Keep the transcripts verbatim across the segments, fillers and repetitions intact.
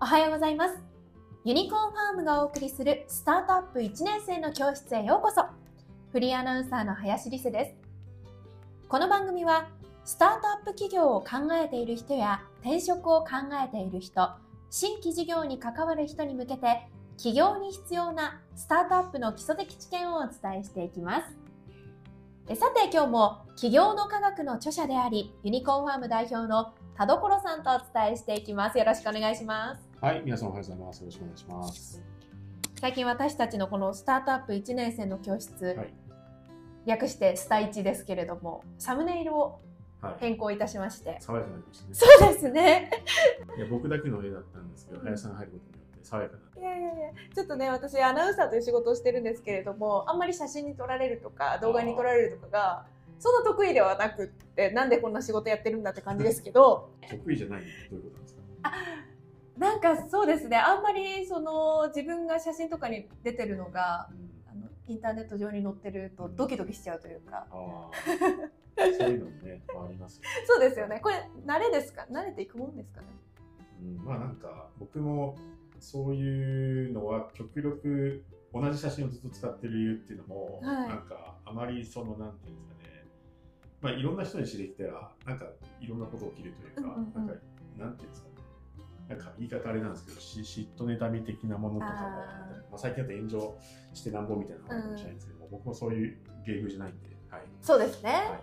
おはようございます。ユニコーンファームがお送りするスタートアップいちねん生の教室へようこそ。フリーアナウンサーの林理瀬です。この番組はスタートアップ企業を考えている人や転職を考えている人、新規事業に関わる人に向けて起業に必要なスタートアップの基礎的知見をお伝えしていきます。さて今日も起業の科学の著者でありユニコーンファーム代表の田所さんとお伝えしていきます。よろしくお願いします。 はい、皆さんおはようございます。よろしくお願いします。 最近私たちのこのスタートアップいちねん生の教室、 はい、 略してスタいちですけれども、サムネイルを変更いたしまして、はい、 爽やかになりましたね。 そうですね。 いや僕だけの絵だったんですけど、林さんが入ることによって爽やかになって。 いやいやいや、ちょっとね、私アナウンサーという仕事をしてるんですけれども、あんまり写真に撮られるとか動画に撮られるとかがそんな得意ではなくって、なんでこんな仕事やってるんだって感じですけど。 得意じゃないのってどういうことなんですか？ あ、なんかそうですね、あんまりその自分が写真とかに出てるのが、うん、あのインターネット上に載ってるとドキドキしちゃうというか、 うん、あそういうのもね、ありますよね。 そうですよね。これ慣れですか？慣れていくもんですかね。 うん、まあなんか僕もそういうのは極力同じ写真をずっと使ってる理由っていうのも、はい、なんかあまりそのなんていうんですかね、まあいろんな人に知りきたらなんかいろんなこと起きるというか、うんうんうん、なんかなんていうんですかね、なんか言い方あれなんですけど、嫉妬妬み的なものとかも、あまあ、最近だと炎上してなんぼみたいなのがあるかもしれないんですけども、うん、僕もそういう芸風じゃないんで、はい、 そうですね、はい、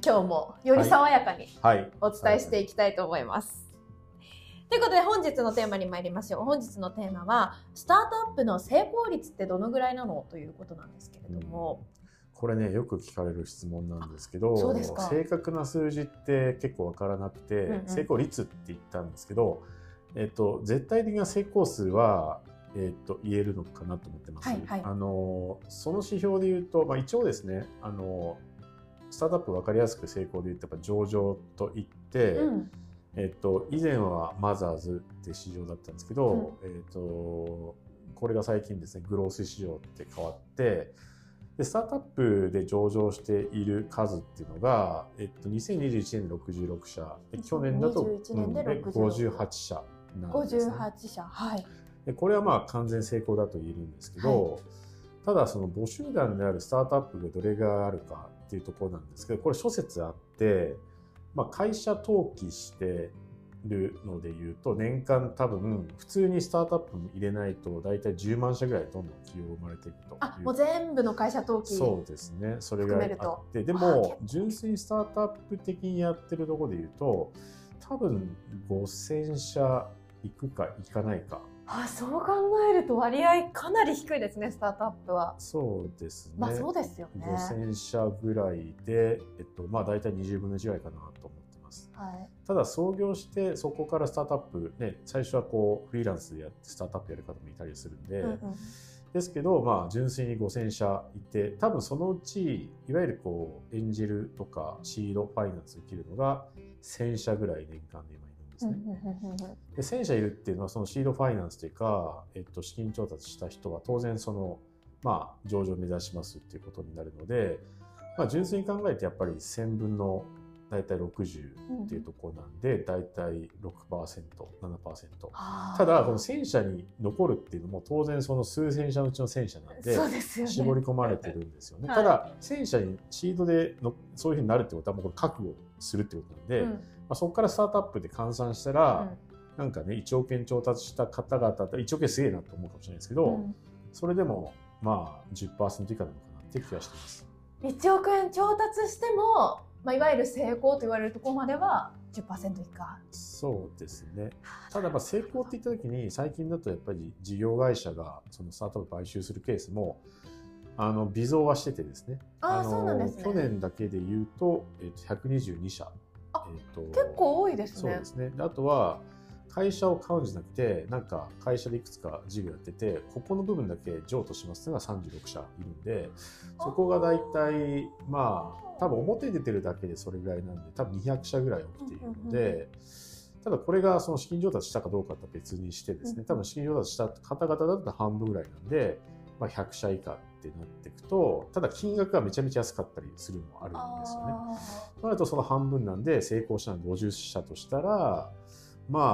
今日もより爽やかにお伝えしていきたいと思います。ということで本日のテーマに参りましょう。本日のテーマはスタートアップの成功率ってどのぐらいなのということなんですけれども、うん、 これねよく聞かれる質問なんですけど、正確な数字って結構わからなくて、うんうん、成功率って言ったんですけど、えっと、絶対的な成功数は、えっと、言えるのかなと思ってます。はいはい、あのその指標で言うと、まあ、一応ですね、あのスタートアップ分かりやすく成功で言うとやっぱ上場といって、うんえっと、以前はマザーズって市場だったんですけど、うんえっと、これが最近ですねグロース市場って変わってでスタートアップで上場している数っていうのが、えっと、にせんにじゅういちねんでろくじゅうろくしゃで去年だとにじゅういちねんでごじゅうはちしゃなんですね。 ごじゅうはちしゃ、はい、 でこれはまあ完全成功だと言えるんですけど、はい、ただその母集団であるスタートアップがどれがあるかっていうところなんですけど、これ諸説あってまあ、会社登記してるのでいうと年間多分普通にスタートアップも入れないと大体じゅうまんしゃぐらいどんどん企業生まれているという。 あ、もう全部の会社登記そうですね、それがあってでも純粋にスタートアップ的にやってるところでいうと多分ごせんしゃいくかいかないか。 あ、そう考えると割合かなり低いですね、スタートアップは。 そうですね。 まあそうですよね。 ごせんしゃぐらいで、えっと、まあ大体にじゅうぶんのいちぐらいかなと思ってます。はい、ただ創業してそこからスタートアップ、ね、最初はこうフリーランスでやってスタートアップやる方もいたりするんで、うんうん、ですけど、まあ純粋にごせんしゃいて、多分そのうちいわゆるこうエンジェルとかシードファイナンスできるのがせんしゃぐらい年間で今でせんしゃいるっていうのはそのシードファイナンスというか、えっと、資金調達した人は当然その、まあ、上場を目指しますっていうことになるので、まあ、純粋に考えてやっぱりせんぶんの大体ろくじゅうっていうところなんで、うん、大体 ろくパーセント、ななパーセント。ただこのせんしゃに残るっていうのも当然その数千社のうちのせんしゃなんで絞り込まれてるんですよね。ただせんしゃにシードでのそういうふうになるってことはもうこれ覚悟するってことなんで、うんまあ、そこからスタートアップで換算したら、うん、なんかねいちおくえん調達した方々っていちおくえんすげえなと思うかもしれないですけど、うん、それでもまあ じゅっパーセント 以下なのかなって気がしています。 いちおくえん調達しても、まあ、いわゆる成功と言われるところまでは じゅっパーセント 以下。 そうですね。ただまあ成功って言った時に最近だとやっぱり事業会社がそのスタートアップ買収するケースもあの微増はしててですね。 ああ、そうなんですね。 去年だけで言うと、えー、とひゃくにじゅうにしゃ。 えー、と結構多いですね。 そうですね。あとは会社を買うんじゃなくてなんか会社でいくつか事業やっててここの部分だけ譲渡しますっていうのがさんじゅうろくしゃいるんで、そこが大体まあ多分表に出てるだけでそれぐらいなんで多分にひゃくしゃぐらい起きているので、ただこれがその資金調達したかどうかとは別にしてですね、多分資金調達した方々だと半分ぐらいなんで、まあ、ひゃくしゃ以下ってなっていくと、ただ金額がめちゃめちゃ安かったりするのもあるんですよね。となるとその半分なんで成功したのごじゅっしゃとしたら、まあ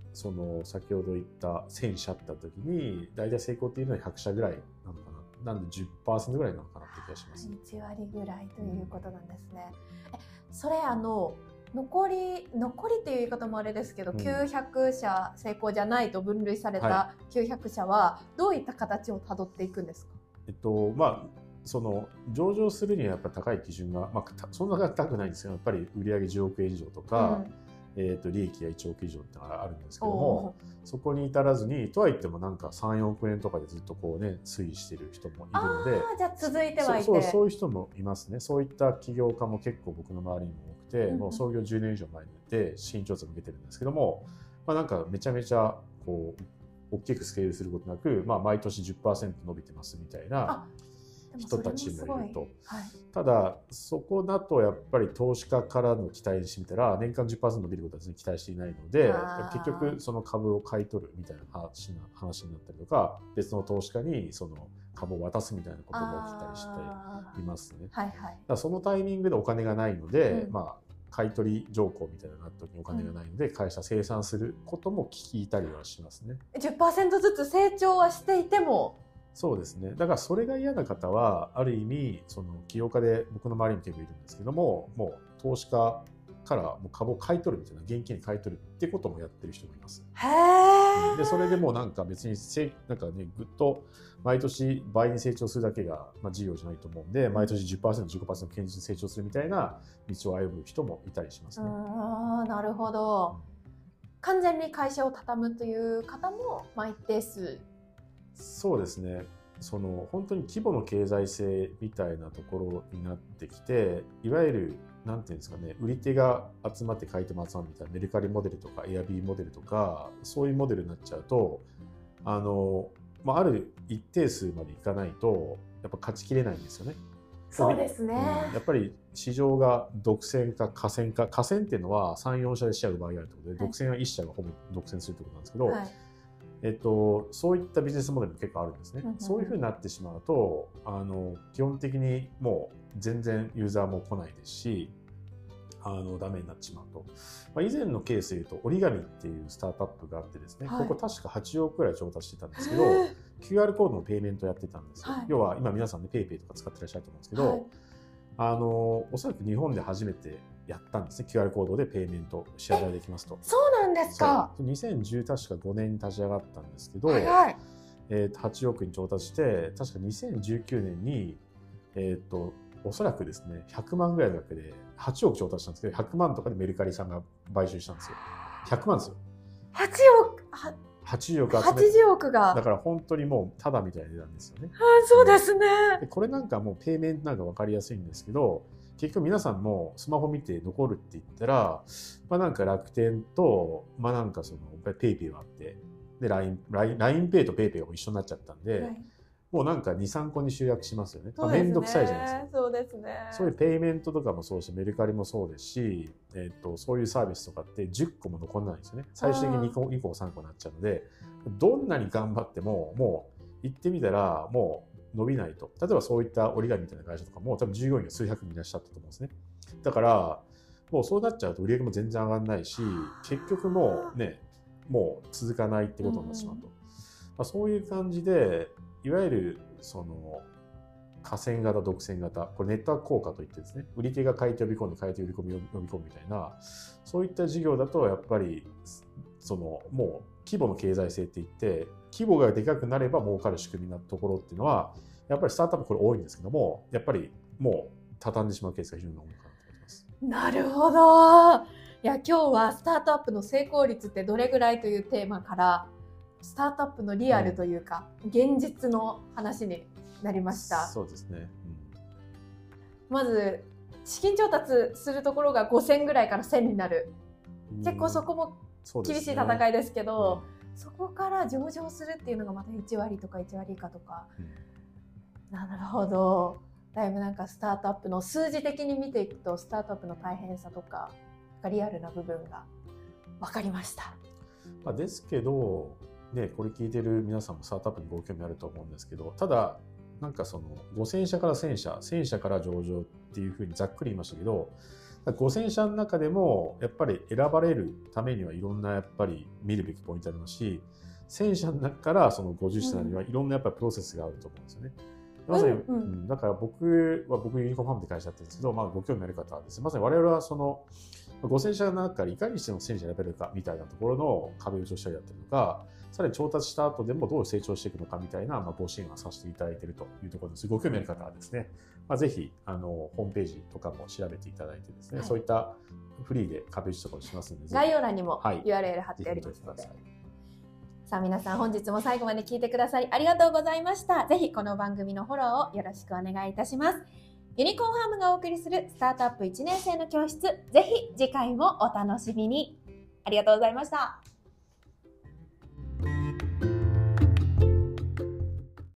その先ほど言ったせん社って言った時に大体成功っていうのはひゃく社ぐらいなのかな。なんで じゅっパーセント ぐらいなのかなって気がします。 いち割ぐらいということなんですね。うん、えそれあの残り残りっていう言い方もあれですけど、うん、きゅうひゃく社成功じゃないと分類されたきゅうひゃく社はどういった形をたどっていくんですか？ えっとまあその上場するにはやっぱり高い基準が、まあ、そんな高くないんですけど、やっぱり売上じゅうおくえん以上とか、うん、えー、と利益がいちおく以上ってのがあるんですけども、そこに至らずにとはいってもなんかさん、よんおくえんとかでずっとこうね推移してる人もいるので、 あじゃあ続いてはいて、 そう、そう、そういう人もいますね。そういった起業家も結構僕の周りにも多くて、うん、もう創業じゅうねん以上前で資金調達を受けてるんですけども、まあ、なんかめちゃめちゃこう大きくスケールすることなく、まあ、毎年 じゅっパーセント 伸びてますみたいな人たちもいると。はい、ただそこだとやっぱり投資家からの期待にしてみたら年間 じゅっパーセント 伸びることは全然期待していないので、結局その株を買い取るみたいな話な話になったりとか、別の投資家にその株を渡すみたいなことも起きたりしていますね。はいはい、だからそのタイミングでお金がないので、うん、まあ買い取り条項みたいなのがあった時にお金がないので、うん、会社清算することも聞いたりはしますね。 じゅっパーセント ずつ成長はしていても。 そうですね。だからそれが嫌な方はある意味その起業家で僕の周りに結構いるんですけども、もう投資家からもう株を買い取るみたいな、現金に買い取るっていうこともやってる人もいます。 へー。 でそれでもうなんか別にせなんかねぐっと毎年倍に成長するだけが、まあ、事業じゃないと思うんで、毎年 じゅっパーセント、じゅうごパーセント 堅実に成長するみたいな道を歩む人もいたりしますね。 ああ、なるほど。完全に会社を畳むという方も、まあ、一定数。 そうですね。その本当に規模の経済性みたいなところになってきて、いわゆるなんていうんですかね、売り手が集まって買い手も集まるみたいなメルカリモデルとかエアビーモデルとかそういうモデルになっちゃうと、あの、まあ、ある一定数までいかないとやっぱ勝ちきれないんですよね。 そうですね、 うん、やっぱり市場が独占か寡占か、寡占っていうのはさん、よん社でシェアを奪い合うということで、はい、独占はいっ社がほぼ独占するということなんですけど、はい、えっと、そういったビジネスモデルも結構あるんですね。うんうんうん、そういうふうになってしまうと、あの基本的にもう全然ユーザーも来ないですし、あのダメになってしまうと、まあ、以前のケースでいうと折り紙っていうスタートアップがあってですね、はい、ここ確かはちおくくらい調達してたんですけど、キューアール コードのペイメントやってたんですよ。はい、要は今皆さんで ペイペイとか使ってらっしゃると思うんですけど、はい、あのおそらく日本で初めてやったんですね。 キューアール コードでペイメント支払いできますと。 そうなんですか。 にせんじゅう確かごねんに立ち上がったんですけど、はい、えー、とはちおくに調達して、確かにせんじゅうきゅうねんに、えー、とおそらくですねひゃくまんぐらいの額ではちおく調達したんですけど、ひゃくまんとかでメルカリさんが買収したんですよ。ひゃくまんですよ。 はちおくははちじゅうおく集めて、 はちじゅうおくがだから本当にもうタダみたいな値段ですよね。 あ、そうですね。 でこれなんかもうペイメントなんか分かりやすいんですけど、結局皆さんもスマホ見て残るって言ったら、まあ、なんか楽天と、まあ、なんかそのペイペイはあって、で ライン、ライン、ラインペイとペイペイが一緒になっちゃったんで、はい、もうなんかに、さんこに集約しますよね。まあ、めんどくさいじゃないですか。 そうですね。 そういうペイメントとかもそうし、メルカリもそうですし、えー、とそういうサービスとかってじゅっこも残らないんですよね。最終的ににこ、にこさんこになっちゃうので、どんなに頑張ってももう行ってみたらもう伸びないと。例えばそういった折り紙みたいな会社とかも多分従業員が数百人いらっしゃったと思うんですね。だからもうそうなっちゃうと売り上げも全然上がらないし、結局もうね、もう続かないってことになってしまうと。うん、まあ、そういう感じで、いわゆるその寡占型、独占型、これネットワーク効果といってですね、売り手が買い手を呼び込んで買い手を呼び込み呼び込むみたいな、そういった事業だとやっぱりそのもう規模の経済性っていって、規模がでかくなれば儲かる仕組みなところっていうのはやっぱりスタートアップこれ多いんですけども、やっぱりもう畳んでしまうケースが非常に多いかなと思います。 なるほど。いや、今日はスタートアップの成功率ってどれぐらいというテーマから、スタートアップのリアルというか、うん、現実の話になりました。 そうですね、 うん、まず資金調達するところがごせんぐらいからせんになる、うん、結構そこも厳しい戦いですけど、うん、そこから上場するっていうのがまたいちわりとかいちわり以下とか、うん、なるほど。だいぶなんかスタートアップの数字的に見ていくと、スタートアップの大変さとかリアルな部分が分かりました。 まあ、ですけど、ね、これ聞いてる皆さんもスタートアップにご興味あると思うんですけど、ただなんかそのごせん社からせん社、せん社から上場っていうふうにざっくり言いましたけど、 ごせん社の中でもやっぱり選ばれるためにはいろんなやっぱり見るべきポイントありますし、せん社の中からそのごじゅっ社にはいろんなやっぱりプロセスがあると思うんですよね。まさに、うんうん、だから僕は僕ユニコーンファームって会社やってるんですけど、まあ、ご興味ある方はですね、まさに我々はそのごせん社の中からいかにしてもせん社選べるかみたいなところの壁打ちをしたりだったりとか、さらに調達した後でもどう成長していくのかみたいな、まあ、ご支援をさせていただいているというところです。ご興味ある方はですね、まあ、ぜひあのホームページとかも調べていただいてですね、はい、そういったフリーで壁打ちとかをしますので、 概要欄にも ユーアールエル 貼ってありますので、はい、さあ皆さん本日も最後まで聞いてくださりありがとうございました。ぜひこの番組のフォローをよろしくお願いいたします。ユニコーンファームがお送りするスタートアップいちねん生の教室、ぜひ次回もお楽しみに。ありがとうございました。